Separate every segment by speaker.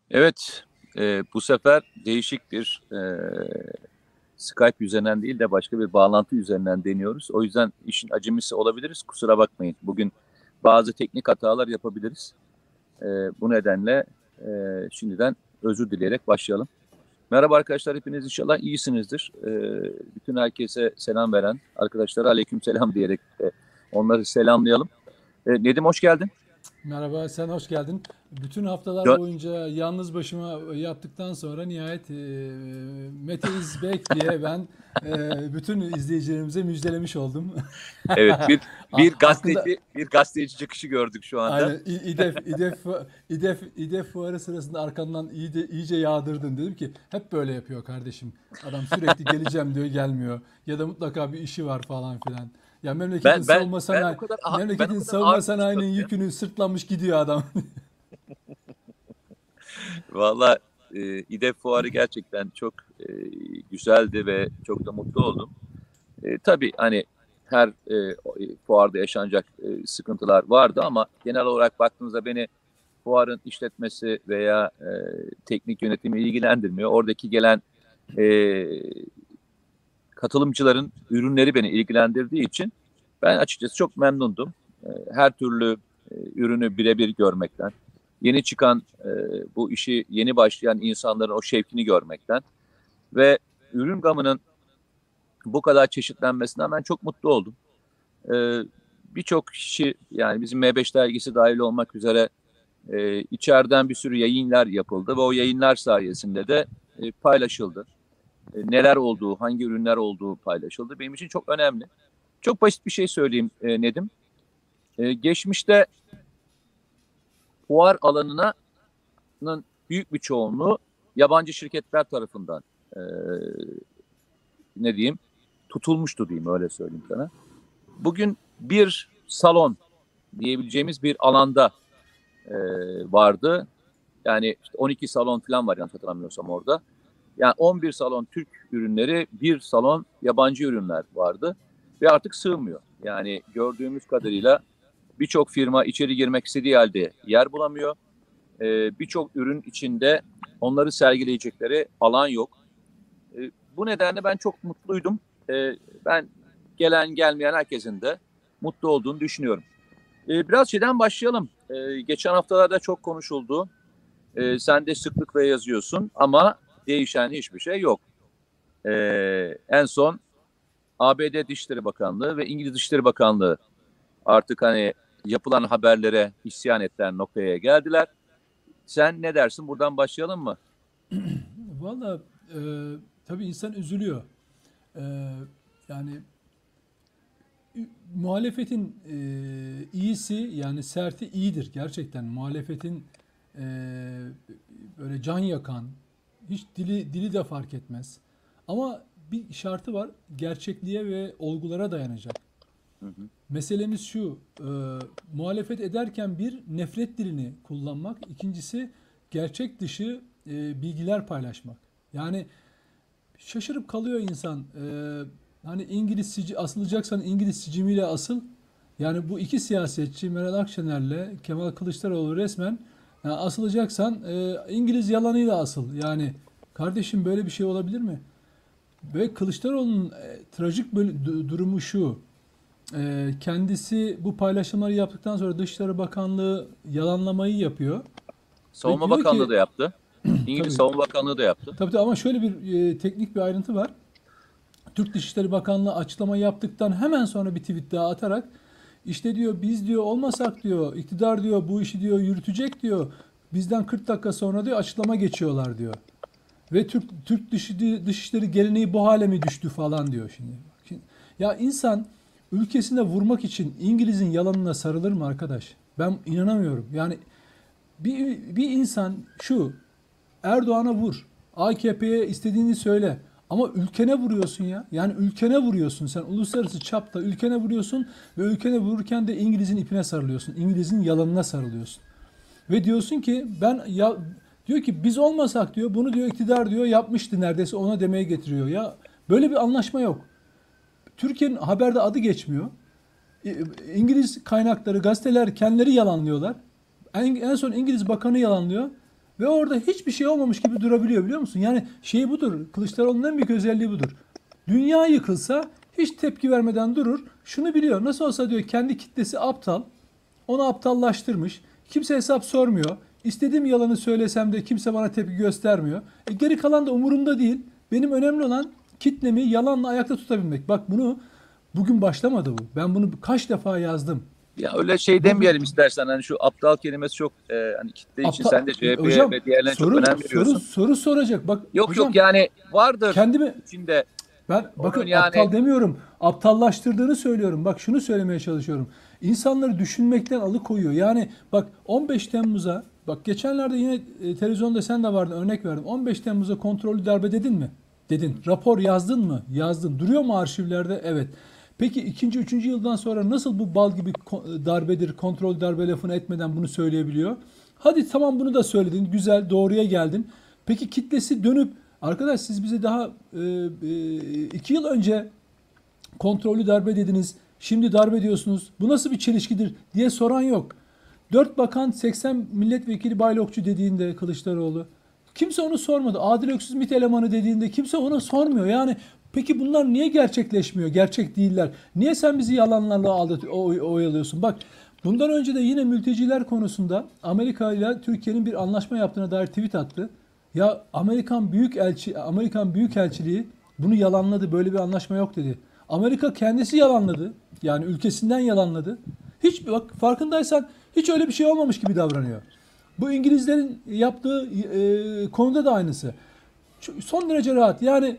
Speaker 1: Evet, bu sefer değişik bir Skype üzerinden değil de başka bir bağlantı üzerinden deniyoruz. O yüzden işin acemisi olabiliriz. Kusura bakmayın. Bugün bazı teknik hatalar yapabiliriz. E, Bu nedenle şimdiden özür dileyerek başlayalım. Merhaba arkadaşlar, hepiniz inşallah iyisinizdir. Bütün herkese selam veren arkadaşlara aleyküm selam diyerek onları selamlayalım. Nedim hoş geldin.
Speaker 2: Merhaba, sen hoş geldin. Bütün haftalar
Speaker 1: Dön-
Speaker 2: boyunca yalnız başıma yattıktan sonra nihayet Mete is back diye ben bütün izleyicilerimize müjdelemiş oldum.
Speaker 1: Evet, bir
Speaker 2: Aklında
Speaker 1: gazeteci çıkışı gördük şu anda.
Speaker 2: aynen İDEF fuarı sırasında arkandan iyice yağdırdın. Dedim ki hep böyle yapıyor kardeşim. Adam sürekli geleceğim diyor, gelmiyor. Ya da mutlaka bir işi var falan filan. Ya
Speaker 1: Ben o
Speaker 2: memleketin
Speaker 1: kadar
Speaker 2: savunma
Speaker 1: ağır
Speaker 2: sanayinin
Speaker 1: konuşmadım ya.
Speaker 2: yükünü sırtlanmış gidiyor adam.
Speaker 1: Valla İDEF fuarı gerçekten çok güzeldi ve çok da mutlu oldum. Tabii hani her fuarda yaşanacak sıkıntılar vardı ama genel olarak baktığınızda beni fuarın işletmesi veya teknik yönetimi ilgilendirmiyor. Oradaki gelen e, katılımcıların ürünleri beni ilgilendirdiği için ben açıkçası çok memnundum. Her türlü ürünü birebir görmekten, yeni çıkan bu işi yeni başlayan insanların o şevkini görmekten ve ürün gamının bu kadar çeşitlenmesinden ben çok mutlu oldum. E, Birçok kişi yani bizim M5 dergisi dahil olmak üzere içeriden bir sürü yayınlar yapıldı ve o yayınlar sayesinde de paylaşıldı. Neler olduğu, hangi ürünler olduğu paylaşıldı. Benim için çok önemli. Çok basit bir şey söyleyeyim Nedim. Geçmişte fuar alanının büyük bir çoğunluğu yabancı şirketler tarafından e, ne diyeyim tutulmuştu diyeyim öyle söyleyeyim sana. Bugün bir salon diyebileceğimiz bir alanda e, vardı. Yani işte 12 salon falan var yanlış hatırlamıyorsam orada. Yani 11 salon Türk ürünleri, bir salon yabancı ürünler vardı ve artık sığmıyor. Yani gördüğümüz kadarıyla birçok firma içeri girmek istediği halde yer bulamıyor. Birçok ürün içinde onları sergileyecekleri alan yok. Bu nedenle ben çok mutluydum. Ben gelen gelmeyen herkesin de mutlu olduğunu düşünüyorum. Biraz şeyden başlayalım. Geçen haftalarda çok konuşuldu. Sen de sıklıkla yazıyorsun ama değişen hiçbir şey yok. En son ABD Dışişleri Bakanlığı ve İngiliz Dışişleri Bakanlığı artık hani yapılan haberlere isyan ettiler noktaya geldiler. Sen ne dersin? Buradan başlayalım mı?
Speaker 2: Valla e, tabii insan üzülüyor. E, yani muhalefetin iyisi yani serti iyidir gerçekten. Muhalefetin e, böyle can yakan, hiç dili de fark etmez. Ama bir şartı var, gerçekliğe ve olgulara dayanacak.
Speaker 1: Hı hı.
Speaker 2: Meselemiz şu, muhalefet ederken bir nefret dilini kullanmak, ikincisi gerçek dışı bilgiler paylaşmak. Yani şaşırıp kalıyor insan. Hani asılacaksan İngiliz sicimiyle asıl. Yani bu iki siyasetçi Meral Akşener'le Kemal Kılıçdaroğlu resmen yani asılacaksan İngiliz yalanıyla asıl. Yani kardeşim böyle bir şey olabilir mi? Ve Kılıçdaroğlu'nun trajik durumu şu. Kendisi bu paylaşımları yaptıktan sonra Dışişleri Bakanlığı yalanlamayı yapıyor. Ve
Speaker 1: Savunma
Speaker 2: diyor
Speaker 1: Bakanlığı
Speaker 2: ki
Speaker 1: da yaptı. İngiliz
Speaker 2: tabii
Speaker 1: Savunma Bakanlığı da yaptı.
Speaker 2: tabii ama şöyle bir teknik bir ayrıntı var. Türk Dışişleri Bakanlığı açıklama yaptıktan hemen sonra bir tweet daha atarak işte diyor biz diyor olmasak diyor iktidar diyor bu işi diyor yürütecek diyor. Bizden 40 dakika sonra diyor açıklama geçiyorlar diyor. Ve Dışişleri geleneği bu hale mi düştü falan diyor şimdi. Ya insan ülkesine vurmak için İngiliz'in yalanına sarılır mı arkadaş? Ben inanamıyorum. Yani bir insan şu Erdoğan'a vur. AKP'ye istediğini söyle. Ama ülkene vuruyorsun ya. Yani ülkene vuruyorsun. Sen uluslararası çapta ülkene vuruyorsun ve ülkene vururken de İngiliz'in ipine sarılıyorsun. İngiliz'in yalanına sarılıyorsun. Ve diyorsun ki diyor ki biz olmasak diyor bunu diyor iktidar diyor yapmıştı neredeyse ona demeye getiriyor. Ya böyle bir anlaşma yok. Türkiye'nin haberde adı geçmiyor. İngiliz kaynakları, gazeteler kendileri yalanlıyorlar. En son İngiliz bakanı yalanlıyor. Ve orada hiçbir şey olmamış gibi durabiliyor, biliyor musun? Yani şey budur. Kılıçdaroğlu'nun en büyük özelliği budur. Dünya yıkılsa hiç tepki vermeden durur. Şunu biliyor. Nasıl olsa diyor, kendi kitlesi aptal. Onu aptallaştırmış. Kimse hesap sormuyor. İstediğim yalanı söylesem de kimse bana tepki göstermiyor. Geri kalan da umurumda değil. Benim önemli olan kitlemi yalanla ayakta tutabilmek. Bak, bunu bugün başlamadı bu. Ben bunu kaç defa yazdım.
Speaker 1: Ya öyle şey
Speaker 2: Bugün
Speaker 1: demeyelim istersen. Hani şu aptal kelimesi çok hani kitle için
Speaker 2: aptal
Speaker 1: sen de CHP'ye
Speaker 2: hocam,
Speaker 1: ve diğerlerine çok önem veriyorsun.
Speaker 2: soru soracak. Bak
Speaker 1: Yok
Speaker 2: hocam,
Speaker 1: yok, yani vardır
Speaker 2: kendimi
Speaker 1: içinde
Speaker 2: bakın,
Speaker 1: onun yani.
Speaker 2: aptal demiyorum. Aptallaştırdığını söylüyorum. Bak, şunu söylemeye çalışıyorum. İnsanları düşünmekten alıkoyuyor. Yani bak, 15 Temmuz'a, bak geçenlerde yine televizyonda sen de vardın, örnek verdim. 15 Temmuz'a kontrollü darbe dedin mi? Dedin. Rapor yazdın mı? Yazdın. Duruyor mu arşivlerde? Evet. Peki ikinci, üçüncü yıldan sonra nasıl bu bal gibi darbedir, kontrol darbe lafını etmeden bunu söyleyebiliyor? Hadi tamam, bunu da söyledin. Güzel, doğruya geldin. Peki kitlesi dönüp, arkadaş siz bize daha 2 yıl önce kontrollü darbe dediniz, şimdi darbe diyorsunuz. Bu nasıl bir çelişkidir diye soran yok. 4 bakan, 80 milletvekili baylokçu dediğinde Kılıçdaroğlu, kimse onu sormadı. Adil Öksüz MİT elemanı dediğinde kimse onu sormuyor. Yani peki bunlar niye gerçekleşmiyor? Gerçek değiller. Niye sen bizi yalanlarla oyalıyorsun? Bak, bundan önce de yine mülteciler konusunda Amerika ile Türkiye'nin bir anlaşma yaptığına dair tweet attı. Ya Amerikan Büyükelçiliği bunu yalanladı. Böyle bir anlaşma yok dedi. Amerika kendisi yalanladı. Yani ülkesinden yalanladı. Hiç, bak farkındaysan, hiç öyle bir şey olmamış gibi davranıyor. Bu İngilizlerin yaptığı konuda da aynısı. Son derece rahat. Yani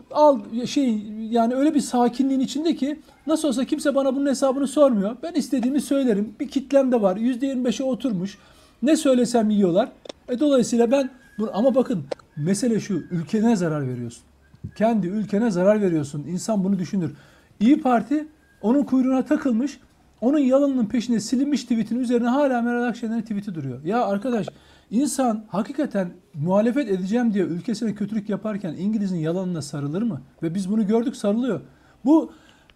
Speaker 2: yani öyle bir sakinliğin içinde ki, nasıl olsa kimse bana bunun hesabını sormuyor. Ben istediğimi söylerim. Bir kitlem de var. %25'e oturmuş. Ne söylesem yiyorlar. Dolayısıyla ben bunu, ama bakın mesele şu: ülkene zarar veriyorsun. Kendi ülkene zarar veriyorsun. İnsan bunu düşünür. İyi Parti onun kuyruğuna takılmış. Onun yalanının peşinde silinmiş tweetin üzerine hala Meral Akşener'in tweeti duruyor. Ya arkadaş, insan hakikaten muhalefet edeceğim diye ülkesine kötülük yaparken İngiliz'in yalanına sarılır mı? Ve biz bunu gördük, sarılıyor. Bu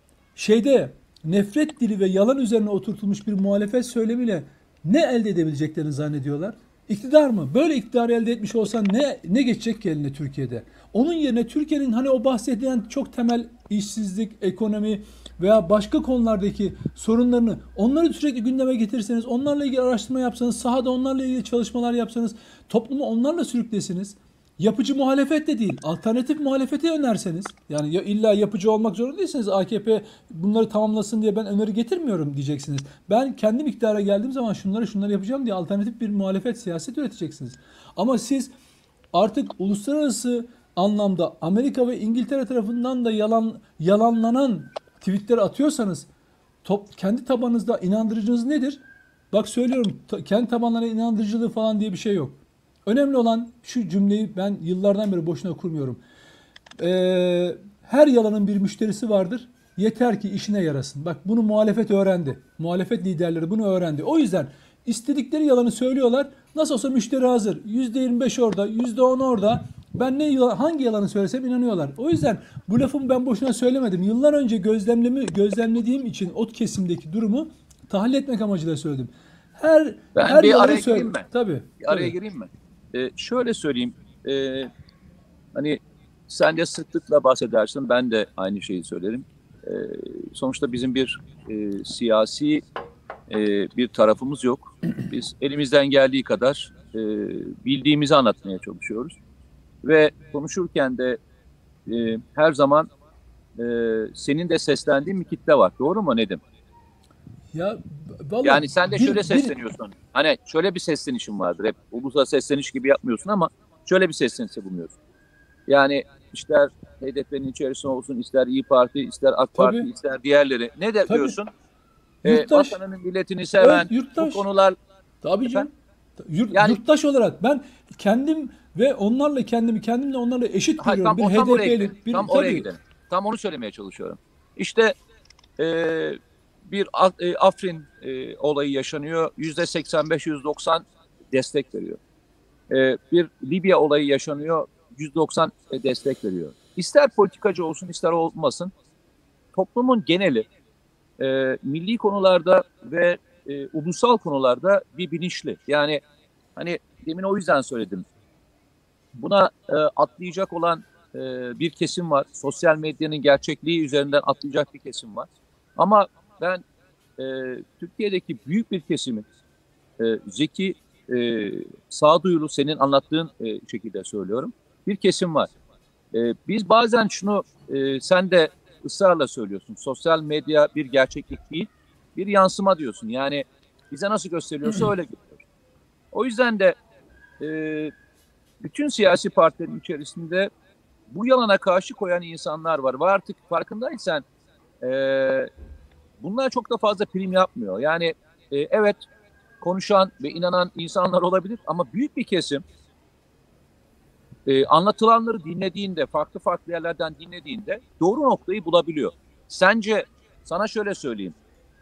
Speaker 2: nefret dili ve yalan üzerine oturtulmuş bir muhalefet söylemiyle ne elde edebileceklerini zannediyorlar? İktidar mı? Böyle iktidar elde etmiş olsan ne geçecek ki eline Türkiye'de? Onun yerine Türkiye'nin hani o bahsedilen çok temel işsizlik, ekonomi veya başka konulardaki sorunlarını, onları sürekli gündeme getirirseniz, onlarla ilgili araştırma yapsanız, sahada onlarla ilgili çalışmalar yapsanız, toplumu onlarla sürüklesiniz. Yapıcı muhalefet de değil, alternatif muhalefeti önerseniz, yani illa yapıcı olmak zorunda değilsiniz. AKP bunları tamamlasın diye ben öneri getirmiyorum diyeceksiniz. Ben kendim iktidara geldiğim zaman şunları yapacağım diye alternatif bir muhalefet siyaset üreteceksiniz. Ama siz artık uluslararası anlamda Amerika ve İngiltere tarafından da yalanlanan tweetler atıyorsanız, kendi tabanınızda inandırıcınız nedir? Bak söylüyorum, kendi tabanlarına inandırıcılığı falan diye bir şey yok. Önemli olan şu cümleyi ben yıllardan beri boşuna kurmuyorum. Her yalanın bir müşterisi vardır. Yeter ki işine yarasın. Bak, bunu muhalefet öğrendi. Muhalefet liderleri bunu öğrendi. O yüzden istedikleri yalanı söylüyorlar. Nasıl olsa müşteri hazır. %25 orada, %10 orada. Ben hangi yalanı söylesem inanıyorlar. O yüzden bu lafımı ben boşuna söylemedim. Yıllar önce gözlemlediğim için o kesimdeki durumu tahlil etmek amacıyla söyledim.
Speaker 1: Ben
Speaker 2: Her
Speaker 1: bir
Speaker 2: yalanı
Speaker 1: araya gireyim mi?
Speaker 2: Tabii.
Speaker 1: Bir araya gireyim mi? Şöyle söyleyeyim. Hani sen de sıklıkla bahsedersin. Ben de aynı şeyi söylerim. Sonuçta bizim bir siyasi bir tarafımız yok. Biz elimizden geldiği kadar bildiğimizi anlatmaya çalışıyoruz. Ve konuşurken de her zaman senin de seslendiğin bir kitle var. Doğru mu Nedim?
Speaker 2: Ya vallahi
Speaker 1: Yani sen de şöyle sesleniyorsun. Hani şöyle bir seslenişin vardır. Hep ulusa sesleniş gibi yapmıyorsun ama şöyle bir seslenişte bulunuyorsun. Yani ister HDP'nin içerisinde olsun, ister İyi Parti, ister AK Parti,
Speaker 2: tabii,
Speaker 1: ister diğerleri. Ne de
Speaker 2: tabii.
Speaker 1: diyorsun?
Speaker 2: Yurttaş.
Speaker 1: Vatanını, milletini seven,
Speaker 2: Evet,
Speaker 1: bu
Speaker 2: yurttaş.
Speaker 1: konular
Speaker 2: Tabii
Speaker 1: efendim.
Speaker 2: canım.
Speaker 1: Yani
Speaker 2: Yurttaş olarak ben kendim ve kendimle onlarla eşit görüyorum. Bir
Speaker 1: tam oraya
Speaker 2: HDP'li,
Speaker 1: gidelim. Tam oraya gidelim. Tam onu söylemeye çalışıyorum. İşte e, bir Afrin olayı yaşanıyor. %85, %90 destek veriyor. Bir Libya olayı yaşanıyor. %90 destek veriyor. İster politikacı olsun, ister olmasın, toplumun geneli milli konularda ve ulusal konularda bir bilinçli. Yani Hani demin o yüzden söyledim. Buna atlayacak olan bir kesim var. Sosyal medyanın gerçekliği üzerinden atlayacak bir kesim var. Ama ben Türkiye'deki büyük bir kesimin zeki, sağduyulu, senin anlattığın şekilde söylüyorum. Bir kesim var. Biz bazen şunu, sen de ısrarla söylüyorsun. Sosyal medya bir gerçeklik değil, bir yansıma diyorsun. Yani bize nasıl gösteriliyorsa öyle görüyoruz. O yüzden de e, bütün siyasi partilerin içerisinde bu yalana karşı koyan insanlar var. Ve artık farkındaysan e, bunlar çok da fazla prim yapmıyor. Yani evet, konuşan ve inanan insanlar olabilir ama büyük bir kesim anlatılanları dinlediğinde, farklı farklı yerlerden dinlediğinde doğru noktayı bulabiliyor. Sence, sana şöyle söyleyeyim,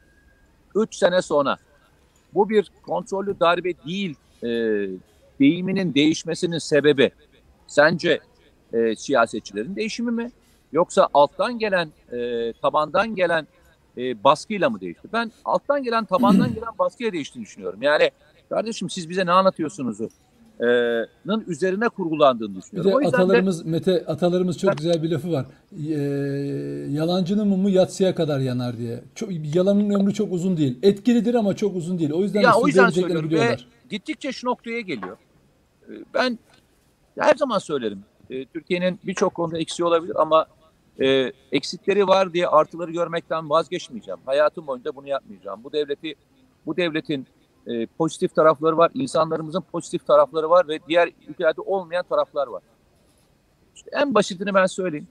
Speaker 1: 3 sene sonra bu bir kontrollü darbe değil deyiminin değişmesinin sebebi sence siyasetçilerin değişimi mi? Yoksa alttan gelen, tabandan gelen baskıyla mı değişti? Ben alttan gelen, tabandan gelen baskıya değiştiğini düşünüyorum. Yani kardeşim siz bize ne anlatıyorsunuzu? Üzerine kurgulandığını
Speaker 2: Bir
Speaker 1: düşünüyorum.
Speaker 2: de
Speaker 1: O yüzden de
Speaker 2: atalarımız çok güzel bir lafı var. Yalancının mumu yatsıya kadar yanar diye. Yalanın ömrü çok uzun değil. Etkilidir ama çok uzun değil. O yüzden
Speaker 1: ya
Speaker 2: de
Speaker 1: o yüzden
Speaker 2: sürdürebileceklerini
Speaker 1: söylüyorum ve
Speaker 2: biliyorlar.
Speaker 1: gittikçe şu noktaya geliyor. Ben her zaman söylerim. Türkiye'nin birçok konuda eksiği olabilir ama eksikleri var diye artıları görmekten vazgeçmeyeceğim. Hayatım boyunca bunu yapmayacağım. Bu devletin pozitif tarafları var, insanlarımızın pozitif tarafları var ve diğer ülkelerde olmayan taraflar var. İşte en basitini ben söyleyeyim.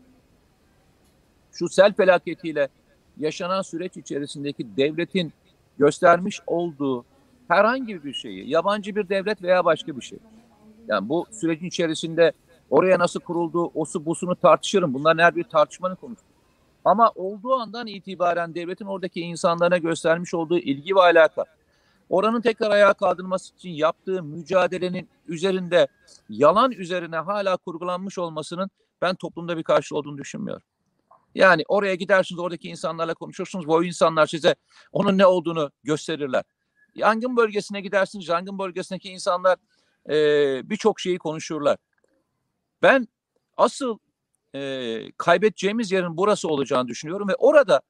Speaker 1: Şu sel felaketiyle yaşanan süreç içerisindeki devletin göstermiş olduğu herhangi bir şeyi, yabancı bir devlet veya başka bir şey. Yani bu sürecin içerisinde oraya nasıl kurulduğu, osu busunu tartışırım. Bunların her bir tartışmanın konusu. Ama olduğu andan itibaren devletin oradaki insanlarına göstermiş olduğu ilgi ve alaka, oranın tekrar ayağa kaldırılması için yaptığı mücadelenin üzerinde, yalan üzerine hala kurgulanmış olmasının ben toplumda bir karşılığı olduğunu düşünmüyorum. Yani oraya gidersiniz, oradaki insanlarla konuşursunuz. Bu insanlar size onun ne olduğunu gösterirler. Yangın bölgesine gidersiniz, yangın bölgesindeki insanlar birçok şeyi konuşurlar. Ben asıl kaybedeceğimiz yerin burası olacağını düşünüyorum ve orada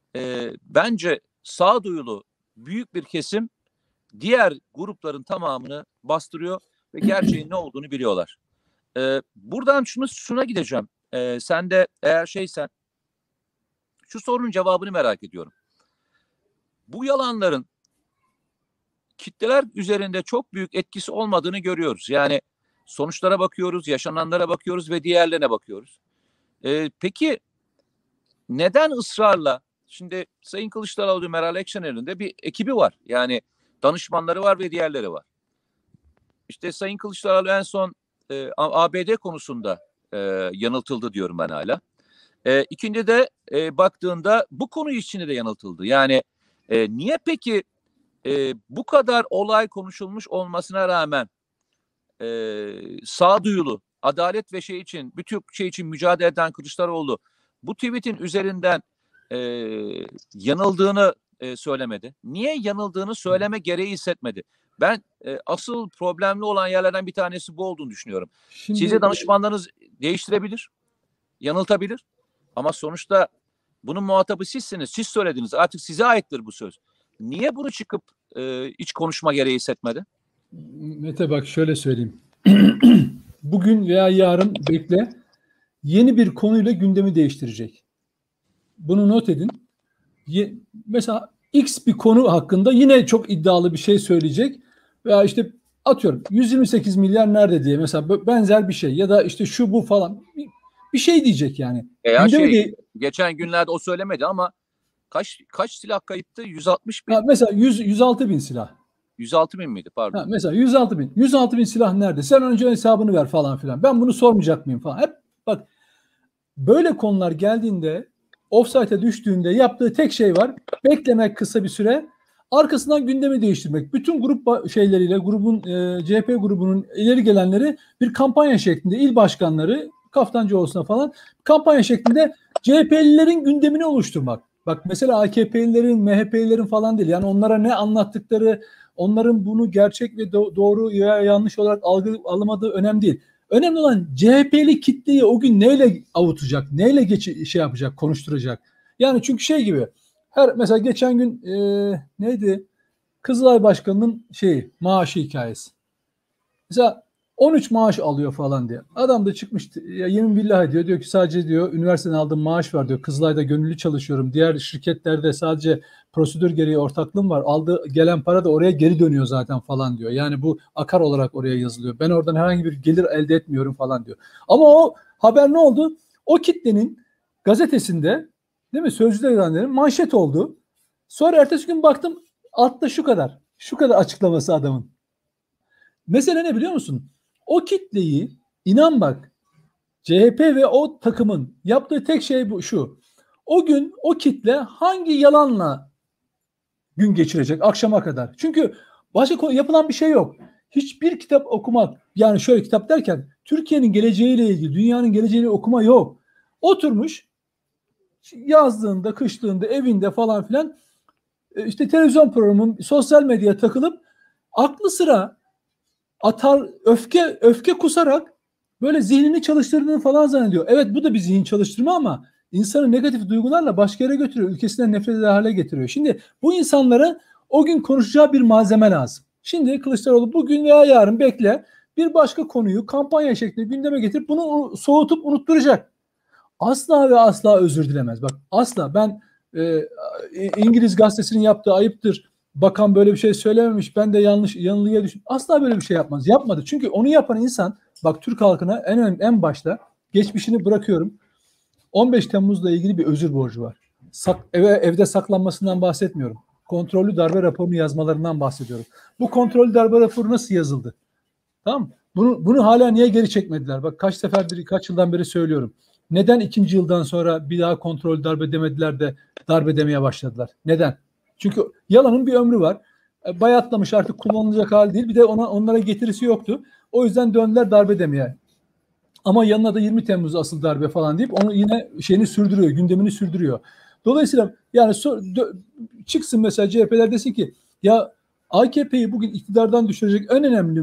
Speaker 1: bence sağduyulu büyük bir kesim diğer grupların tamamını bastırıyor ve gerçeğin ne olduğunu biliyorlar. Buradan şuna gideceğim. Sen de eğer şeysen, şu sorunun cevabını merak ediyorum. Bu yalanların kitleler üzerinde çok büyük etkisi olmadığını görüyoruz. Yani sonuçlara bakıyoruz, yaşananlara bakıyoruz ve diğerlerine bakıyoruz. Peki neden ısrarla, şimdi Sayın Kılıçdaroğlu, Meral Akşener'in de bir ekibi var. Yani danışmanları var ve diğerleri var. İşte Sayın Kılıçdaroğlu en son ABD konusunda yanıltıldı diyorum ben hala. İkinci de baktığında bu konu içinde de yanıltıldı. Yani niye peki bu kadar olay konuşulmuş olmasına rağmen sağduyulu, adalet ve bütün şey için mücadele eden Kılıçdaroğlu bu tweetin üzerinden e, yanıldığını söylemedi? Niye yanıldığını söyleme gereği hissetmedi? Ben asıl problemli olan yerlerden bir tanesi bu olduğunu düşünüyorum. Sizi
Speaker 2: Şimdi
Speaker 1: danışmanlarınız değiştirebilir, yanıltabilir ama sonuçta bunun muhatabı sizsiniz, siz söylediniz. Artık size aittir bu söz. Niye bunu çıkıp hiç konuşma gereği hissetmedi?
Speaker 2: Mete bak şöyle söyleyeyim. Bugün veya yarın bekle, yeni bir konuyla gündemi değiştirecek. Bunu not edin. Mesela X bir konu hakkında yine çok iddialı bir şey söyleyecek veya işte atıyorum 128 milyar nerede diye mesela benzer bir şey ya da işte şu bu falan bir şey diyecek yani.
Speaker 1: Veya
Speaker 2: Gündemi de
Speaker 1: geçen günlerde o söylemedi ama kaç silah kayıptı? 160 bin.
Speaker 2: mesela 106 bin silah.
Speaker 1: 106 bin miydi, pardon.
Speaker 2: Mesela 106 bin. 106 bin silah nerede? Sen önce hesabını ver falan filan. Ben bunu sormayacak mıyım falan. Hep bak, böyle konular geldiğinde, ofsayta düştüğünde yaptığı tek şey var. Beklemek kısa bir süre. Arkasından gündemi değiştirmek. Bütün grup şeyleriyle CHP grubunun ileri gelenleri bir kampanya şeklinde, il başkanları Kaftancıoğlu'na falan kampanya şeklinde CHP'lilerin gündemini oluşturmak. Bak mesela AKP'lilerin, MHP'lilerin falan değil. Yani onlara ne anlattıkları, onların bunu gerçek ve doğru ya yanlış olarak algılamadığı önemli değil. Önemli olan CHP'li kitleyi o gün neyle avutacak, neyle şey yapacak, konuşturacak. Yani çünkü şey gibi, mesela geçen gün neydi? Kızılay Başkanı'nın maaşı hikayesi. Mesela 13 maaş alıyor falan diye. Adam da çıkmış ya yemin billahi diyor ki sadece diyor üniversiteden aldığım maaş var diyor. Kızılay'da gönüllü çalışıyorum. Diğer şirketlerde sadece prosedür gereği ortaklığım var. Aldığı gelen para da oraya geri dönüyor zaten falan diyor. Yani bu akar olarak oraya yazılıyor. Ben oradan herhangi bir gelir elde etmiyorum falan diyor. Ama o haber ne oldu? O kitlenin gazetesinde, değil mi? Sözcüde yazanların manşet oldu. Sonra ertesi gün baktım altta şu kadar. Şu kadar açıklaması adamın. Mesele ne biliyor musun? O kitleyi inan bak CHP ve o takımın yaptığı tek şey şu. O gün o kitle hangi yalanla gün geçirecek akşama kadar? Çünkü başka yapılan bir şey yok. Hiçbir kitap okumak, yani şöyle kitap derken Türkiye'nin geleceğiyle ilgili, dünyanın geleceğiyle okuma yok. Oturmuş yazdığında, kışlığında, evinde falan filan işte televizyon programının sosyal medyaya takılıp aklı sıra atar öfke kusarak böyle zihnini çalıştırdığını falan zannediyor. Evet bu da bir zihin çalıştırma ama insanı negatif duygularla başka yere götürüyor. Ülkesinden nefret eder hale getiriyor. Şimdi bu insanlara o gün konuşacağı bir malzeme lazım. Şimdi Kılıçdaroğlu bugün veya yarın bekle bir başka konuyu kampanya şeklinde gündeme getirip bunu soğutup unutturacak. Asla ve asla özür dilemez. Bak asla ben İngiliz gazetesinin yaptığı ayıptır. Bakan böyle bir şey söylememiş. Ben de yanılgıya düştüm. Asla böyle bir şey yapmaz. Yapmadı. Çünkü onu yapan insan bak Türk halkına en başta geçmişini bırakıyorum. 15 Temmuz'la ilgili bir özür borcu var. Evde saklanmasından bahsetmiyorum. Kontrollü darbe raporunu yazmalarından bahsediyorum. Bu kontrollü darbe raporu nasıl yazıldı? Tamam mı? Bunu hala niye geri çekmediler? Bak kaç yıldan beri söylüyorum. Neden ikinci yıldan sonra bir daha kontrol darbe demediler de darbe demeye başladılar? Neden? Çünkü yalanın bir ömrü var. Bayatlamış artık kullanılacak hal değil. Bir de onlara getirisi yoktu. O yüzden döndüler darbe demeye. Ama yanına da 20 Temmuz asıl darbe falan deyip onu yine sürdürüyor, gündemini sürdürüyor. Dolayısıyla yani çıksın mesela CHP'ler desin ki ya AKP'yi bugün iktidardan düşürecek en önemli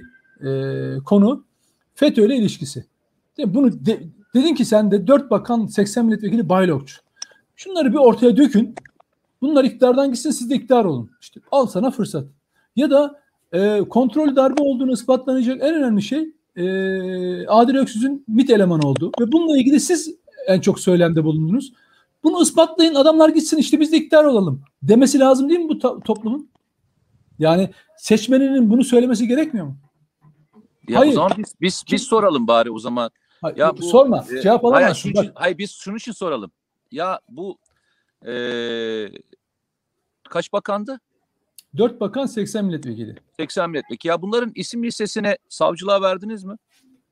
Speaker 2: konu FETÖ ile ilişkisi. Bunu dedin ki sen de 4 bakan 80 milletvekili baylokçu. Şunları bir ortaya dökün. Bunlar iktidardan gitsin siz de iktidar olun. İşte al sana fırsat. Ya da kontrol darbe olduğunu ispatlanacak en önemli şey Adil Öksüz'ün MİT elemanı olduğu ve bununla ilgili siz en çok söylemde bulundunuz. Bunu ispatlayın adamlar gitsin işte biz de iktidar olalım demesi lazım değil mi bu toplumun? Yani seçmeninin bunu söylemesi gerekmiyor mu?
Speaker 1: Ya hayır. O zaman biz soralım bari o zaman.
Speaker 2: Hayır, ya bu sorma. Cevap alamazsın.
Speaker 1: Hayır biz şunun için soralım. Ya bu kaç bakandı?
Speaker 2: 4 bakan 80 milletvekili.
Speaker 1: 80 milletvekili. Ya bunların isim listesine savcılığa verdiniz mi?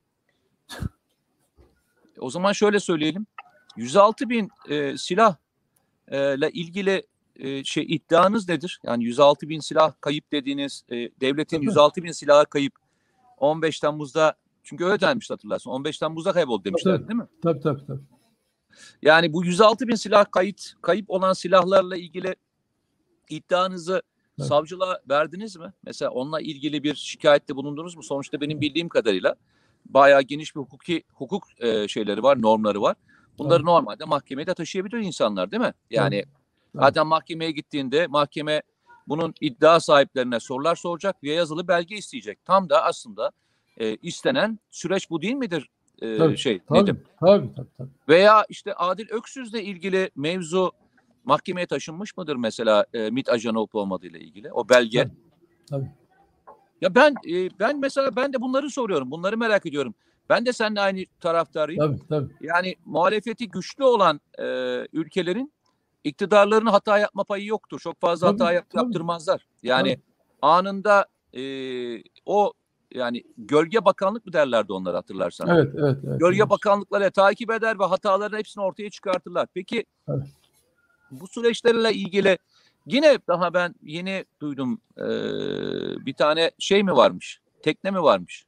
Speaker 1: O zaman şöyle söyleyelim. 106 bin silah ile ilgili iddianız nedir? Yani 106 bin silah kayıp dediğiniz devletin tabii. 106 bin silahı kayıp 15 Temmuz'da çünkü öyle denmişti hatırlarsın. 15 Temmuz'da kayboldu demişler tabii. Değil mi?
Speaker 2: Tabii.
Speaker 1: Yani bu 106 bin silah kayıp olan silahlarla ilgili iddianızı evet. Savcılığa verdiniz mi? Mesela onunla ilgili bir şikayette bulundunuz mu? Sonuçta benim bildiğim kadarıyla bayağı geniş bir hukuk şeyleri var, normları var. Bunları evet. Normalde mahkemeye de taşıyabilir insanlar değil mi? Yani evet. Zaten mahkemeye gittiğinde mahkeme bunun iddia sahiplerine sorular soracak ve yazılı belge isteyecek. Tam da aslında istenen süreç bu değil midir?
Speaker 2: Tabii.
Speaker 1: Nedim?
Speaker 2: Tabii.
Speaker 1: Veya işte Adil Öksüz'le ilgili mevzu mahkemeye taşınmış mıdır mesela MİT ajanı olup olmadığıyla ilgili o belge?
Speaker 2: Tabii.
Speaker 1: Ya ben mesela ben de bunları soruyorum. Bunları merak ediyorum. Ben de seninle aynı taraftarıyım.
Speaker 2: Tabii.
Speaker 1: Yani muhalefeti güçlü olan ülkelerin iktidarlarının hata yapma payı yoktur. Çok fazla hata yaptırmazlar. Yani anında o yani gölge bakanlık mı derlerdi onları hatırlarsan?
Speaker 2: Evet.
Speaker 1: Gölge bakanlıkları takip eder ve hataların hepsini ortaya çıkartırlar. Peki bu süreçlerle ilgili yine daha ben yeni duydum bir tane şey mi varmış? Tekne mi varmış?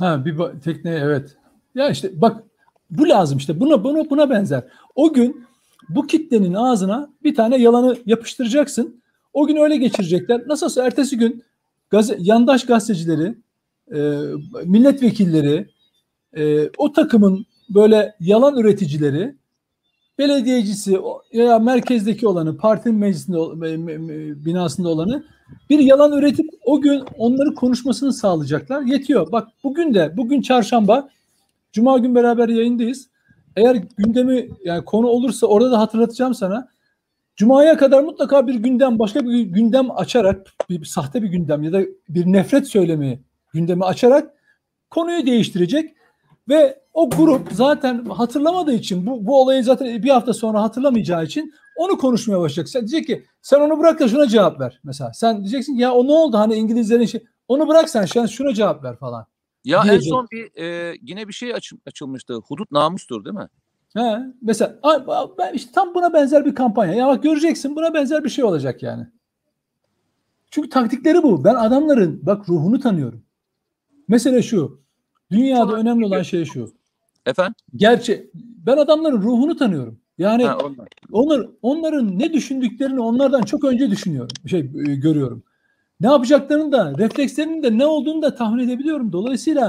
Speaker 2: Tekne evet. Ya işte bak bu lazım işte buna benzer. O gün Bu kitlenin ağzına bir tane yalanı yapıştıracaksın. O gün öyle geçirecekler. Nasılsa ertesi gün yandaş gazetecileri, milletvekilleri, o takımın böyle yalan üreticileri, belediyecisi veya merkezdeki olanı, partinin meclisinde binasında olanı bir yalan üretip o gün onları konuşmasını sağlayacaklar. Yetiyor. Bak bugün çarşamba, cuma gün beraber yayındayız. Eğer gündemi yani konu olursa orada da hatırlatacağım sana. Cuma'ya kadar mutlaka bir gündem, başka bir gündem açarak, bir sahte bir gündem ya da bir nefret söylemi gündemi açarak konuyu değiştirecek ve o grup zaten hatırlamadığı için bu olayı zaten bir hafta sonra hatırlamayacağı için onu konuşmaya başlayacak. Sen diyecek ki sen onu bırak da şuna cevap ver mesela. Sen diyeceksin ki ya o ne oldu hani İngilizlerin onu bırak sen şuna cevap ver falan.
Speaker 1: Ya
Speaker 2: diyecek.
Speaker 1: En son yine bir şey açılmıştı. Hudut namustur değil mi?
Speaker 2: He, mesela işte tam buna benzer bir kampanya. Ya bak göreceksin buna benzer bir şey olacak yani. Çünkü taktikleri bu. Ben adamların bak ruhunu tanıyorum. Mesele şu. Dünyada önemli olan şey şu.
Speaker 1: Efendim?
Speaker 2: Ben adamların ruhunu tanıyorum. Yani onların ne düşündüklerini onlardan çok önce görüyorum. Ne yapacaklarını da, reflekslerinin de ne olduğunu da tahmin edebiliyorum. Dolayısıyla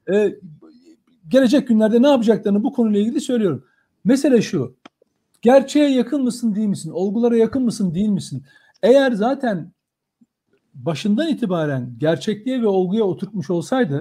Speaker 2: gelecek günlerde ne yapacaklarını bu konuyla ilgili söylüyorum. Mesele şu. Gerçeğe yakın mısın değil misin? Olgulara yakın mısın değil misin? Eğer zaten başından itibaren gerçekliğe ve olguya oturtmuş olsaydı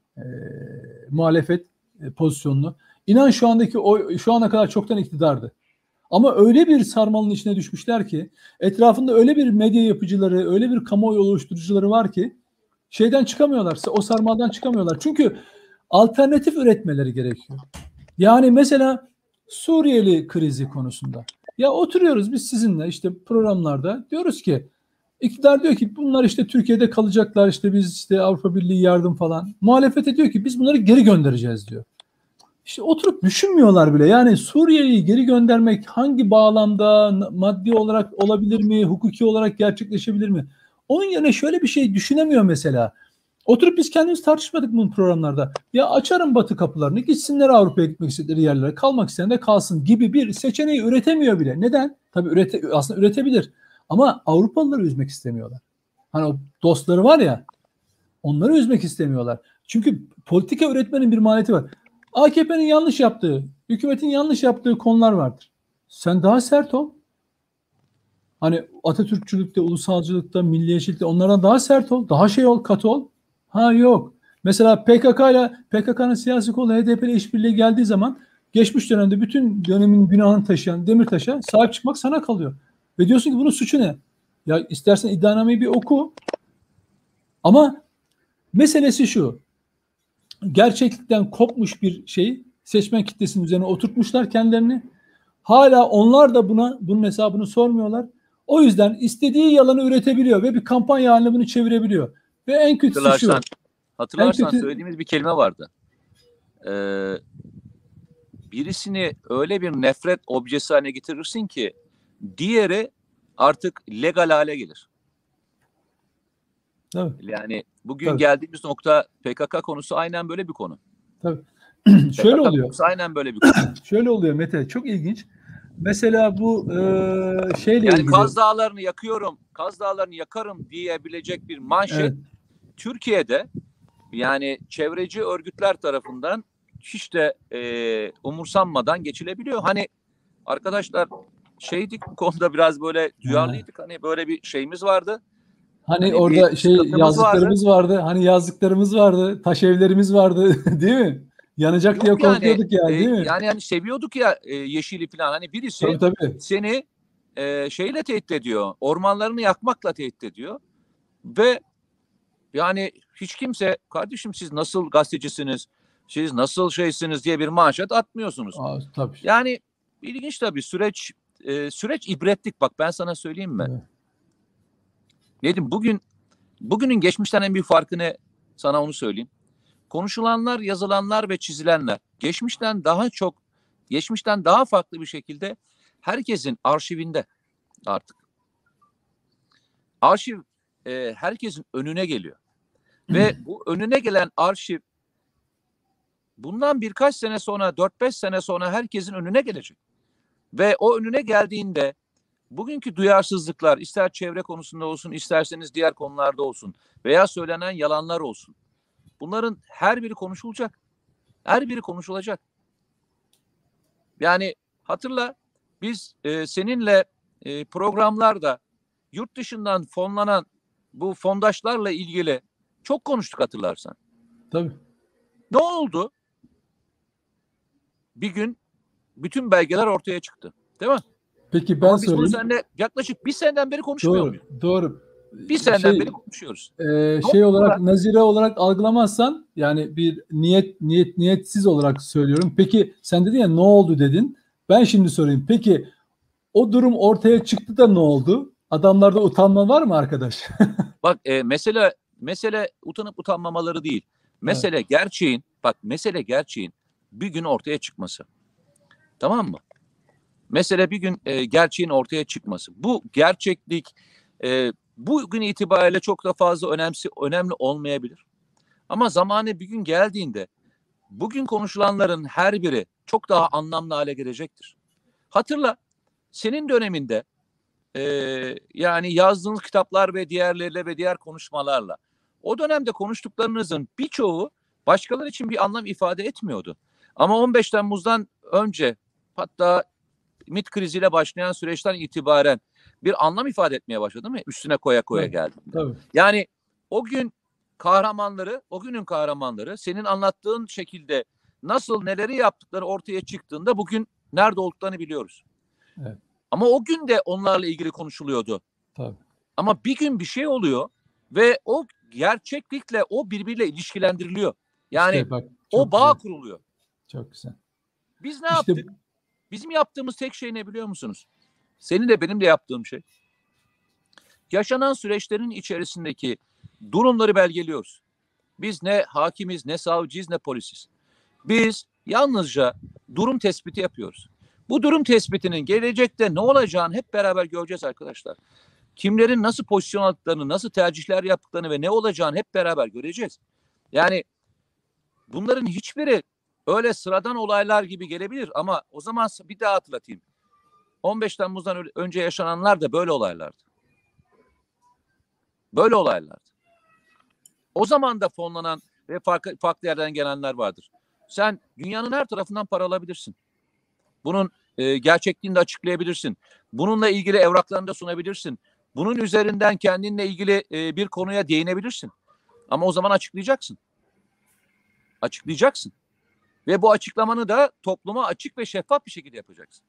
Speaker 2: muhalefet pozisyonunu, inan şu ana kadar çoktan iktidardı. Ama öyle bir sarmalın içine düşmüşler ki etrafında öyle bir medya yapıcıları, öyle bir kamuoyu oluşturucuları var ki şeyden çıkamıyorlar, o sarmaldan çıkamıyorlar. Çünkü alternatif üretmeleri gerekiyor. Yani mesela Suriyeli krizi konusunda. Ya oturuyoruz biz sizinle işte programlarda diyoruz ki İktidar diyor ki bunlar işte Türkiye'de kalacaklar işte biz işte Avrupa Birliği yardım falan. Muhalefet diyor ki biz bunları geri göndereceğiz diyor. İşte oturup düşünmüyorlar bile. Yani Suriye'yi geri göndermek hangi bağlamda maddi olarak olabilir mi? Hukuki olarak gerçekleşebilir mi? Onun yerine şöyle bir şey düşünemiyor mesela. Oturup biz kendimiz tartışmadık bu programlarda. Ya açarım batı kapılarını gitsinler Avrupa'ya gitmek istedikleri yerlere kalmak isteyen de kalsın gibi bir seçeneği üretemiyor bile. Neden? Tabii aslında üretebilir. Ama Avrupalıları üzmek istemiyorlar. Hani o dostları var ya onları üzmek istemiyorlar. Çünkü politika üretmenin bir maliyeti var. AKP'nin yanlış yaptığı, hükümetin yanlış yaptığı konular vardır. Sen daha sert ol. Hani Atatürkçülükte, ulusalcılıkta, milliyetçilikte onlardan daha sert ol. Daha katı ol. Ha yok. Mesela PKK'nın siyasi kolu HDP ile işbirliği geldiği zaman geçmiş dönemde bütün dönemin günahını taşıyan Demirtaş'a sahip çıkmak sana kalıyor. Ve diyorsun ki bunun suçu ne? Ya istersen iddianameyi bir oku. Ama meselesi şu. Gerçeklikten kopmuş bir seçmen kitlesinin üzerine oturtmuşlar kendilerini. Hala onlar da bunun hesabını sormuyorlar. O yüzden istediği yalanı üretebiliyor ve bir kampanya haline bunu çevirebiliyor. Ve en kötüsü şu.
Speaker 1: Hatırlarsan söylediğimiz bir kelime vardı. Birisini öyle bir nefret objesi haline getirirsin ki diğeri artık legal hale gelir.
Speaker 2: Tabii.
Speaker 1: Yani bugün geldiğimiz nokta PKK konusu aynen böyle bir konu.
Speaker 2: Tabii. Şöyle oluyor.
Speaker 1: Aynen böyle bir konu.
Speaker 2: Şöyle oluyor Mete. Çok ilginç. Mesela bu şeyle
Speaker 1: yani
Speaker 2: ilgili.
Speaker 1: Kaz Dağları'nı yakıyorum, Kaz Dağları'nı yakarım diyebilecek bir manşet Türkiye'de yani çevreci örgütler tarafından hiç de umursanmadan geçilebiliyor. Hani arkadaşlar bu konuda biraz böyle duyarlıydık. Hani böyle bir şeyimiz vardı.
Speaker 2: Hani orada yazdıklarımız vardı. Hani yazdıklarımız vardı. Taş evlerimiz vardı. Değil mi? Yanacak diye korkuyorduk yani değil mi?
Speaker 1: Yani hani seviyorduk ya yeşili falan. Hani birisi
Speaker 2: tabii.
Speaker 1: seni şeyle tehdit ediyor. Ormanlarını yakmakla tehdit ediyor. Ve yani hiç kimse kardeşim siz nasıl gazetecisiniz? Siz nasıl şeysiniz diye bir manşet atmıyorsunuz.
Speaker 2: Tabii.
Speaker 1: Yani ilginç tabii süreç ibretlik. Bak ben sana söyleyeyim mi? Evet. Nedim bugünün geçmişten en büyük farkı ne? Sana onu söyleyeyim. Konuşulanlar, yazılanlar ve çizilenler geçmişten daha farklı bir şekilde herkesin arşivinde artık. Arşiv herkesin önüne geliyor. Ve bu önüne gelen arşiv bundan birkaç sene sonra, 4-5 sene sonra herkesin önüne gelecek. Ve o önüne geldiğinde bugünkü duyarsızlıklar, ister çevre konusunda olsun, isterseniz diğer konularda olsun veya söylenen yalanlar olsun. Bunların her biri konuşulacak. Her biri konuşulacak. Yani hatırla, biz seninle programlarda yurt dışından fonlanan bu fondaşlarla ilgili çok konuştuk, hatırlarsan.
Speaker 2: Tabii.
Speaker 1: Ne oldu? Bir gün bütün belgeler ortaya çıktı. Değil mi?
Speaker 2: Peki ben
Speaker 1: Ama biz bunu
Speaker 2: söyleyeyim.
Speaker 1: seninle yaklaşık bir seneden beri konuşmuyor muyuz?
Speaker 2: Doğru.
Speaker 1: Bir seneden beri konuşuyoruz.
Speaker 2: Şey olarak, nazire olarak algılamazsan, yani bir niyetsiz olarak söylüyorum. Peki sen dedin ya, ne oldu dedin. Ben şimdi sorayım. Peki o durum ortaya çıktı da ne oldu? Adamlarda utanma var mı arkadaş?
Speaker 1: Bak mesele utanıp utanmamaları değil. Mesele
Speaker 2: Evet.
Speaker 1: gerçeğin bir gün ortaya çıkması. Tamam mı? Mesele bir gün gerçeğin ortaya çıkması. Bu gerçeklik bugün itibariyle çok da fazla önemli olmayabilir. Ama zamanı bir gün geldiğinde bugün konuşulanların her biri çok daha anlamlı hale gelecektir. Hatırla, senin döneminde yani yazdığınız kitaplar ve diğerleriyle ve diğer konuşmalarla o dönemde konuştuklarınızın birçoğu başkaları için bir anlam ifade etmiyordu. Ama 15 Temmuz'dan önce, hatta MİT kriziyle başlayan süreçten itibaren bir anlam ifade etmeye başladı mı? Üstüne koya koya geldi.
Speaker 2: Tabii.
Speaker 1: Yani o günün kahramanları senin anlattığın şekilde nasıl neleri yaptıkları ortaya çıktığında bugün nerede olduklarını biliyoruz.
Speaker 2: Evet.
Speaker 1: Ama o gün de onlarla ilgili konuşuluyordu.
Speaker 2: Tabii.
Speaker 1: Ama bir gün bir şey oluyor ve o gerçeklikle o birbiriyle ilişkilendiriliyor. Yani
Speaker 2: İşte bak,
Speaker 1: o bağ kuruluyor.
Speaker 2: Çok güzel.
Speaker 1: Biz ne yaptık? Bizim yaptığımız tek şey ne biliyor musunuz? Senin de benim de yaptığım şey. Yaşanan süreçlerin içerisindeki durumları belgeliyoruz. Biz ne hakimiz, ne savcıyız, ne polisiz. Biz yalnızca durum tespiti yapıyoruz. Bu durum tespitinin gelecekte ne olacağını hep beraber göreceğiz arkadaşlar. Kimlerin nasıl pozisyon aldıklarını, nasıl tercihler yaptıklarını ve ne olacağını hep beraber göreceğiz. Yani bunların hiçbiri öyle sıradan olaylar gibi gelebilir ama o zaman bir daha hatırlatayım. 15 Temmuz'dan önce yaşananlar da böyle olaylardı. Böyle olaylardı. O zaman da fonlanan ve farklı yerden gelenler vardır. Sen dünyanın her tarafından para alabilirsin. Bunun gerçekliğini de açıklayabilirsin. Bununla ilgili evraklarını da sunabilirsin. Bunun üzerinden kendinle ilgili bir konuya değinebilirsin. Ama o zaman açıklayacaksın. Açıklayacaksın. Ve bu açıklamanı da topluma açık ve şeffaf bir şekilde yapacaksın.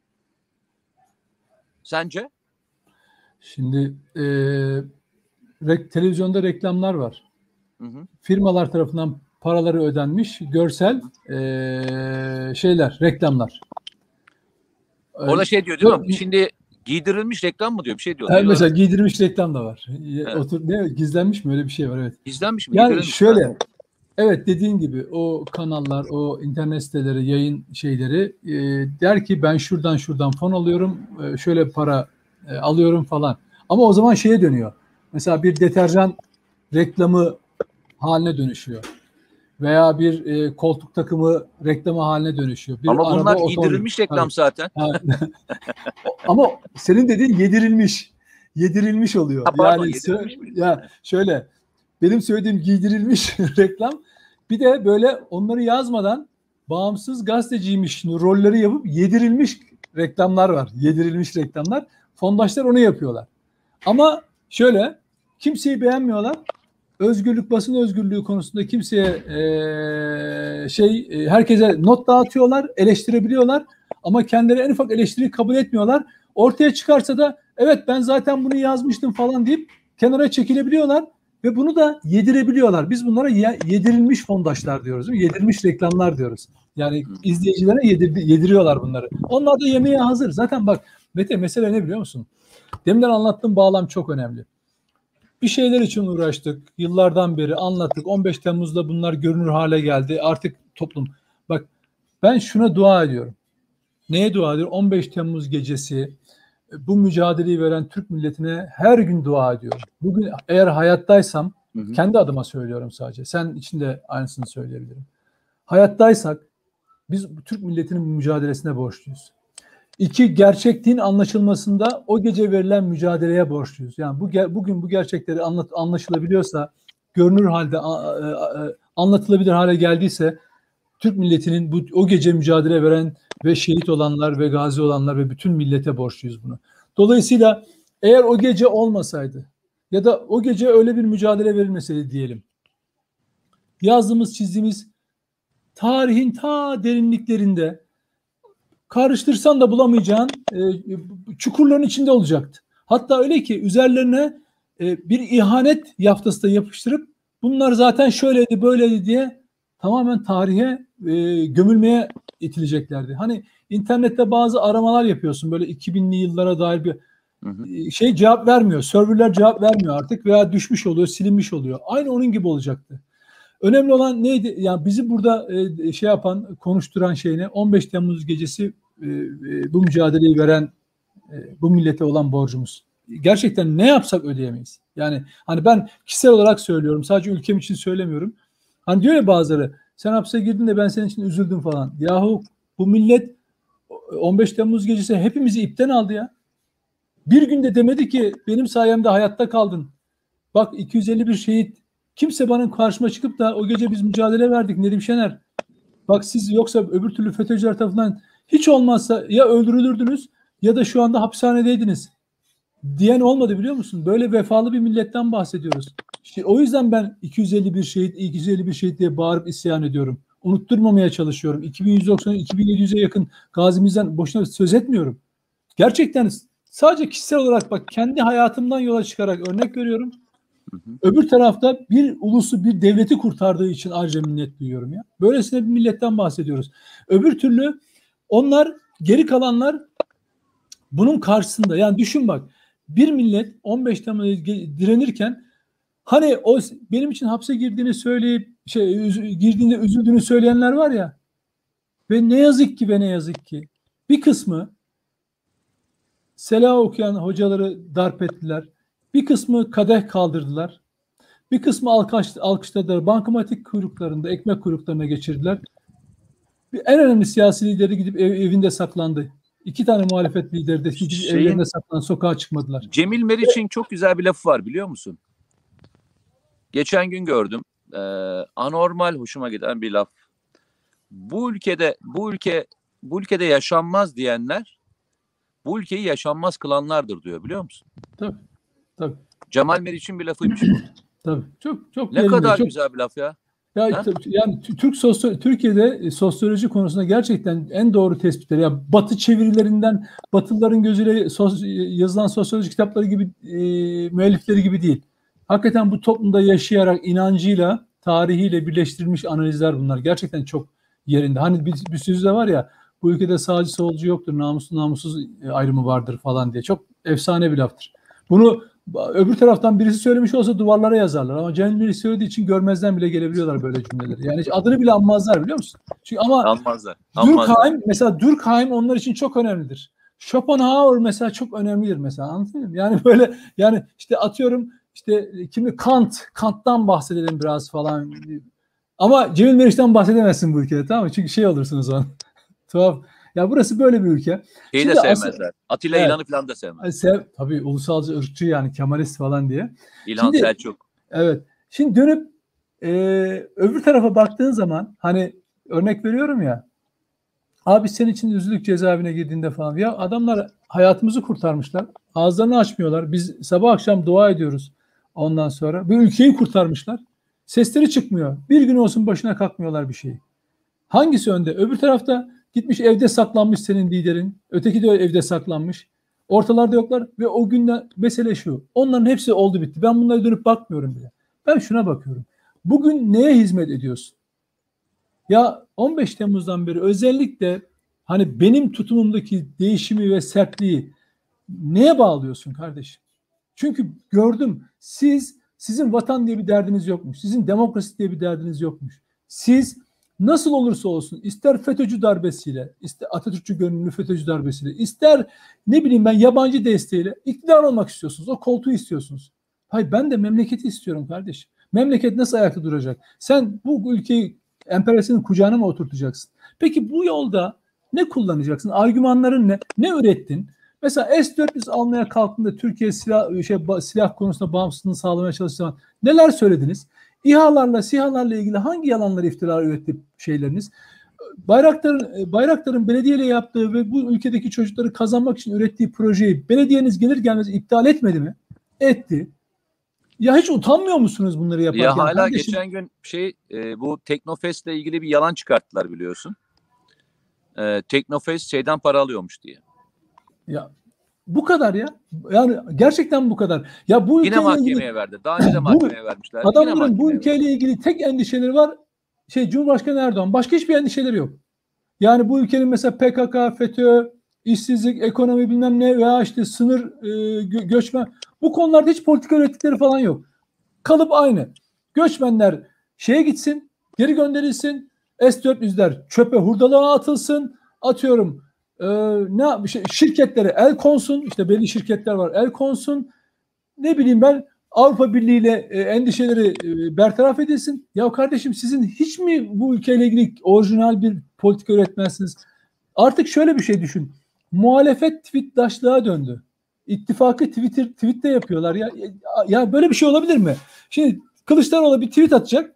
Speaker 1: Sence?
Speaker 2: Şimdi televizyonda reklamlar var.
Speaker 1: Hı hı.
Speaker 2: Firmalar tarafından paraları ödenmiş görsel reklamlar.
Speaker 1: Orada şey diyor değil mi? Şimdi giydirilmiş reklam mı diyor? Bir şey diyor.
Speaker 2: Mesela giydirilmiş reklam da var.
Speaker 1: Evet.
Speaker 2: Gizlenmiş mi? Öyle bir şey var, evet.
Speaker 1: Gizlenmiş mi?
Speaker 2: Yani şöyle, evet, dediğin gibi o kanallar, o internet siteleri, yayın şeyleri der ki ben şuradan fon alıyorum, şöyle para alıyorum falan. Ama o zaman şeye dönüyor. Mesela bir deterjan reklamı haline dönüşüyor. Veya bir koltuk takımı reklamı haline dönüşüyor. Bir
Speaker 1: ama bunlar
Speaker 2: araba,
Speaker 1: giydirilmiş reklam zaten.
Speaker 2: Ama senin dediğin yedirilmiş oluyor.
Speaker 1: Ha, pardon,
Speaker 2: Yani
Speaker 1: yedirilmiş mi?
Speaker 2: ya şöyle, benim söylediğim giydirilmiş reklam, bir de böyle onları yazmadan bağımsız gazeteciymiş rolleri yapıp yedirilmiş reklamlar var. Yedirilmiş reklamlar. Fondaşlar onu yapıyorlar. Ama şöyle, kimseyi beğenmiyorlar. Basın özgürlüğü konusunda kimseye herkese not dağıtıyorlar, eleştirebiliyorlar ama kendileri en ufak eleştiriyi kabul etmiyorlar. Ortaya çıkarsa da evet ben zaten bunu yazmıştım falan deyip kenara çekilebiliyorlar ve bunu da yedirebiliyorlar. Biz bunlara yedirilmiş fondaşlar diyoruz, değil mi? Yedirilmiş reklamlar diyoruz. Yani izleyicilere yediriyorlar bunları. Onlar da yemeğe hazır. Zaten bak Mete, mesele ne biliyor musun? Deminden anlattığım bağlam çok önemli. Bir şeyler için uğraştık. Yıllardan beri anlattık. 15 Temmuz'da bunlar görünür hale geldi. Artık toplum. Bak, ben şuna dua ediyorum. Neye dua ediyorum? 15 Temmuz gecesi bu mücadeleyi veren Türk milletine her gün dua ediyorum. Bugün eğer hayattaysam, kendi adıma söylüyorum sadece. Sen için de aynısını söyleyebilirim. Hayattaysak biz Türk milletinin mücadelesine borçluyuz. İki, gerçekliğin anlaşılmasında o gece verilen mücadeleye borçluyuz. Yani bugün bu gerçekleri anlaşılabiliyorsa, görünür halde anlatılabilir hale geldiyse, Türk milletinin o gece mücadele veren ve şehit olanlar ve gazi olanlar ve bütün millete borçluyuz bunu. Dolayısıyla eğer o gece olmasaydı ya da o gece öyle bir mücadele verilmeseydi diyelim, yazdığımız, çizdiğimiz tarihin ta derinliklerinde karıştırsan da bulamayacağın çukurların içinde olacaktı. Hatta öyle ki üzerlerine bir ihanet yaftası da yapıştırıp bunlar zaten şöyleydi böyleydi diye tamamen tarihe gömülmeye itileceklerdi. Hani internette bazı aramalar yapıyorsun, böyle 2000'li yıllara dair bir şey cevap vermiyor. Serverler cevap vermiyor artık veya düşmüş oluyor, silinmiş oluyor. Aynı onun gibi olacaktı. Önemli olan neydi? Yani bizi burada şey yapan, konuşturan şey ne? 15 Temmuz gecesi bu mücadeleyi veren bu millete olan borcumuz. Gerçekten ne yapsak ödeyemeyiz. Yani hani ben kişisel olarak söylüyorum. Sadece ülkem için söylemiyorum. Hani diyor ya bazıları, sen hapse girdin de ben senin için üzüldüm falan. Yahu bu millet 15 Temmuz gecesi hepimizi ipten aldı ya. Bir günde demedi ki benim sayemde hayatta kaldın. Bak 251 şehit. Kimse bana karşıma çıkıp da o gece biz mücadele verdik Nedim Şener. Bak siz yoksa öbür türlü FETÖ'cüler tarafından hiç olmazsa ya öldürülürdünüz ya da şu anda hapishanedeydiniz diyen olmadı, biliyor musun? Böyle vefalı bir milletten bahsediyoruz. İşte o yüzden ben 251 şehit, 251 şehit diye bağırıp isyan ediyorum. Unutturmamaya çalışıyorum. 2190, 2700'e yakın gazimizden boşuna söz etmiyorum. Gerçekten sadece kişisel olarak bak, kendi hayatımdan yola çıkarak örnek veriyorum. Öbür tarafta bir ulusu, bir devleti kurtardığı için ayrıca minnet duyuyorum ya. Böylesine bir milletten bahsediyoruz. Öbür türlü onlar, geri kalanlar bunun karşısında. Yani düşün bak, bir millet 15 Temmuz'a direnirken hani o benim için hapse girdiğini söyleyip girdiğinde üzüldüğünü söyleyenler var ya, ve ne yazık ki bir kısmı Sela okuyan hocaları darp ettiler. Bir kısmı kadeh kaldırdılar. Bir kısmı alkışladılar. Bankamatik kuyruklarında, ekmek kuyruklarına geçirdiler. En önemli siyasi lideri gidip evinde saklandı. 2 tane muhalefet lideri de gidip evlerine saklandı. Sokağa çıkmadılar.
Speaker 1: Cemil Meriç'in çok güzel bir lafı var, biliyor musun? Geçen gün gördüm. Anormal hoşuma giden bir laf. Bu ülkede yaşanmaz diyenler bu ülkeyi yaşanmaz kılanlardır diyor, biliyor musun?
Speaker 2: Tabii.
Speaker 1: Cemal Meriç'in bir lafıymış bu.
Speaker 2: Tabii. Çok
Speaker 1: ne kadar güzel bir laf ya.
Speaker 2: Yani Türkiye'de sosyoloji konusunda gerçekten en doğru tespitler. Ya Batı çevirilerinden, Batılıların gözüyle yazılan sosyoloji kitapları gibi, müellifleri gibi değil. Hakikaten bu toplumda yaşayarak, inancıyla, tarihiyle birleştirilmiş analizler bunlar. Gerçekten çok yerinde. Hani bir sözü de var ya, bu ülkede sağcı solcu yoktur, namuslu namussuz ayrımı vardır falan diye. Çok efsane bir laftır. Bunu öbür taraftan birisi söylemiş olsa duvarlara yazarlar, ama Cemil Meriç söylediği için görmezden bile gelebiliyorlar böyle cümleleri. Yani adını bile anmazlar, biliyor musun? Çünkü ama
Speaker 1: Anmazlar.
Speaker 2: Durkheim onlar için çok önemlidir. Schopenhauer mesela çok önemlidir mesela, anladın mı? Yani böyle, yani işte atıyorum, işte Kant'tan bahsedelim biraz falan. Ama Cemil Meriç'ten bahsedemezsin bu ülkede, tamam mı? Çünkü şey olursunuz o an. Tuhaf. Ya burası böyle bir ülke.
Speaker 1: Şeyi de sevmezler. Atilla İlhan'ı falan da sevmez.
Speaker 2: Tabii ulusalcı, ırkçı, yani Kemalist falan diye.
Speaker 1: İlhan Selçuk.
Speaker 2: Evet. Şimdi dönüp öbür tarafa baktığın zaman, hani örnek veriyorum ya, abi senin için üzüldük cezaevine girdiğinde falan. Ya adamlar hayatımızı kurtarmışlar. Ağızlarını açmıyorlar. Biz sabah akşam dua ediyoruz. Ondan sonra bu ülkeyi kurtarmışlar. Sesleri çıkmıyor. Bir gün olsun başına kalkmıyorlar bir şeyi. Hangisi önde? Öbür tarafta gitmiş evde saklanmış senin liderin. Öteki de evde saklanmış. Ortalarda yoklar ve o günden mesele şu. Onların hepsi oldu bitti. Ben bunlara dönüp bakmıyorum bile. Ben şuna bakıyorum. Bugün neye hizmet ediyorsun? Ya 15 Temmuz'dan beri özellikle hani benim tutumumdaki değişimi ve sertliği neye bağlıyorsun kardeşim? Çünkü gördüm, sizin vatan diye bir derdiniz yokmuş. Sizin demokrasi diye bir derdiniz yokmuş. Siz nasıl olursa olsun, ister FETÖ'cü darbesiyle, ister Atatürkçü gönüllü FETÖ'cü darbesiyle, ister ne bileyim ben yabancı desteğiyle iktidar olmak istiyorsunuz. O koltuğu istiyorsunuz. Hayır, ben de memleketi istiyorum kardeşim. Memleket nasıl ayakta duracak? Sen bu ülkeyi emperyalizmin kucağına mı oturtacaksın? Peki bu yolda Ne kullanacaksın? Argümanların ne? Ne ürettin? Mesela S-400 almaya kalktığında Türkiye silah konusunda bağımsızlığını sağlamaya çalıştığında neler söylediniz? İHA'larla, SİHA'larla ilgili hangi yalanlar, iftiralar üretti şeyleriniz? Bayraktar'ın belediyeyle yaptığı ve bu ülkedeki çocukları kazanmak için ürettiği projeyi belediyeniz gelir gelmez iptal etmedi mi? Etti. Ya hiç utanmıyor musunuz bunları yaparken?
Speaker 1: Ya hala
Speaker 2: Kardeşim,
Speaker 1: geçen gün bu Teknofest'le ilgili bir yalan çıkarttılar biliyorsun. Teknofest şeyden para alıyormuş diye.
Speaker 2: ya bu kadar ya. Yani gerçekten bu kadar. Ya bu
Speaker 1: Yine
Speaker 2: ülkeyle
Speaker 1: mahkemeye
Speaker 2: ilgili
Speaker 1: verdi. Daha önce de mahkemeye vermişlerdi. Yine
Speaker 2: adamların bu
Speaker 1: mahkemeye verdi.
Speaker 2: ülkeyle ilgili tek endişeleri var. Cumhurbaşkanı Erdoğan. Başka hiçbir endişeleri yok. Yani bu ülkenin mesela PKK, FETÖ, işsizlik, ekonomi bilmem ne veya işte sınır, göçmen, bu konularda hiç politika ürettikleri falan yok. Kalıp aynı. Göçmenler şeye gitsin, geri gönderilsin. S-400'ler çöpe, hurdalığa atılsın. Atıyorum şirketlere el konsun. İşte belli şirketler var, el konsun. Ne bileyim ben, Avrupa Birliği ile endişeleri bertaraf edilsin. Ya kardeşim, sizin hiç mi bu ülkeyle ilgili orijinal bir politika üretmezsiniz? Artık şöyle bir şey düşün. Muhalefet tweetdaşlığa döndü. İttifakı tweette yapıyorlar. Ya böyle bir şey olabilir mi? Şimdi Kılıçdaroğlu bir tweet atacak.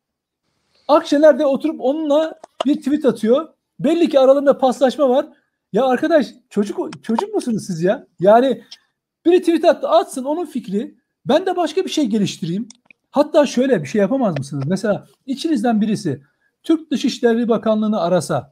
Speaker 2: Akşener de oturup onunla bir tweet atıyor. Belli ki aralarında paslaşma var. Ya arkadaş, çocuk musunuz siz ya? Yani biri tweet attı, atsın onun fikri. Ben de başka bir şey geliştireyim. Hatta şöyle bir şey yapamaz mısınız? Mesela içinizden birisi Türk Dışişleri Bakanlığı'nı arasa,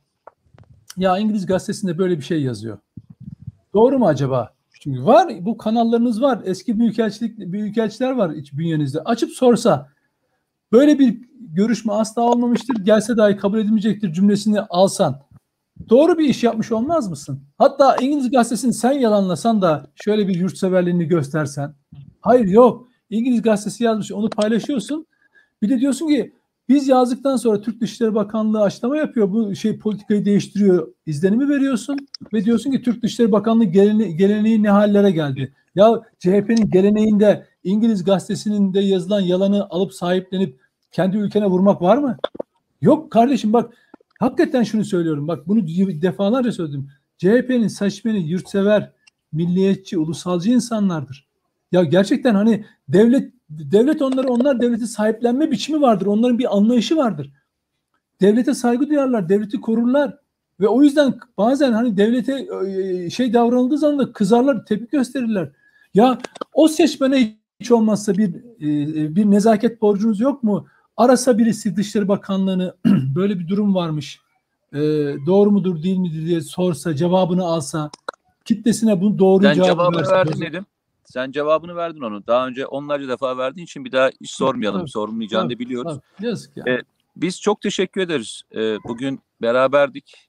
Speaker 2: ya İngiliz gazetesinde böyle bir şey yazıyor. Doğru mu acaba? Çünkü var, bu kanallarınız var. Eski büyükelçiler var iç bünyenizde. Açıp sorsa, böyle bir görüşme asla olmamıştır, gelse dahi kabul edilmeyecektir cümlesini alsan, doğru bir iş yapmış olmaz mısın? Hatta İngiliz gazetesini sen yalanlasan da şöyle bir yurtseverliğini göstersen. Hayır, yok. İngiliz gazetesi yazmış, onu paylaşıyorsun. Bir de diyorsun ki biz yazdıktan sonra Türk Dışişleri Bakanlığı açıklama yapıyor. Bu politikayı değiştiriyor. İzlenimi veriyorsun ve diyorsun ki Türk Dışişleri Bakanlığı geleneği ne hallere geldi. Ya CHP'nin geleneğinde İngiliz gazetesinin de yazılan yalanı alıp sahiplenip kendi ülkene vurmak var mı? Yok kardeşim, bak hakikaten şunu söylüyorum. Bak bunu defalarca söyledim. CHP'nin seçmeni yurtsever, milliyetçi, ulusalcı insanlardır. Ya gerçekten hani devlet onlar devleti sahiplenme biçimi vardır. Onların bir anlayışı vardır. Devlete saygı duyarlar, devleti korurlar. Ve o yüzden bazen hani devlete davranıldığı zaman da kızarlar, tepki gösterirler. Ya o seçmene hiç olmazsa bir nezaket borcunuz yok mu? Arasa birisi Dışişleri Bakanlığı'nı, böyle bir durum varmış, doğru mudur değil midir diye sorsa, cevabını alsa, kitlesine bunu doğru
Speaker 1: Sen
Speaker 2: cevabı
Speaker 1: cevabını
Speaker 2: versin.
Speaker 1: verdin dedim. Sen cevabını verdin onu. Daha önce onlarca defa verdiğin için bir daha hiç sormayalım.
Speaker 2: Tabii,
Speaker 1: Sormayacağını da
Speaker 2: tabii,
Speaker 1: biliyoruz.
Speaker 2: tabii. Yazık yani.
Speaker 1: Biz çok teşekkür ederiz. Bugün beraberdik.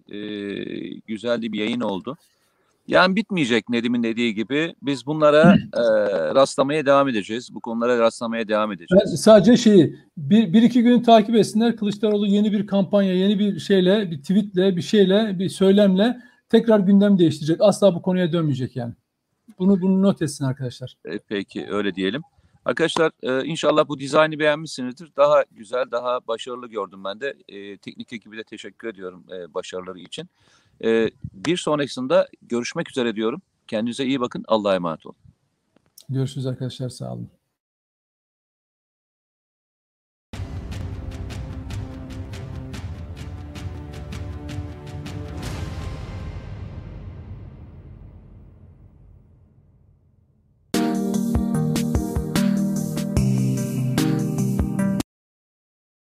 Speaker 1: Güzel bir yayın oldu. Yani bitmeyecek Nedim'in dediği gibi. Biz bunlara rastlamaya devam edeceğiz. Bu konulara rastlamaya devam
Speaker 2: Ben
Speaker 1: edeceğiz.
Speaker 2: sadece bir iki gün takip etsinler. Kılıçdaroğlu yeni bir kampanya, yeni bir şeyle, bir tweetle, bir şeyle, bir söylemle tekrar gündem değiştirecek. Asla bu konuya dönmeyecek yani. Bunu not etsin arkadaşlar.
Speaker 1: Peki öyle diyelim. Arkadaşlar inşallah bu dizaynı beğenmişsinizdir. Daha güzel, daha başarılı gördüm ben de. Teknik ekibi de teşekkür ediyorum başarıları için. Bir sonrakisinde görüşmek üzere diyorum. Kendinize iyi bakın. Allah'a emanet olun.
Speaker 2: Görüşürüz arkadaşlar. Sağ olun.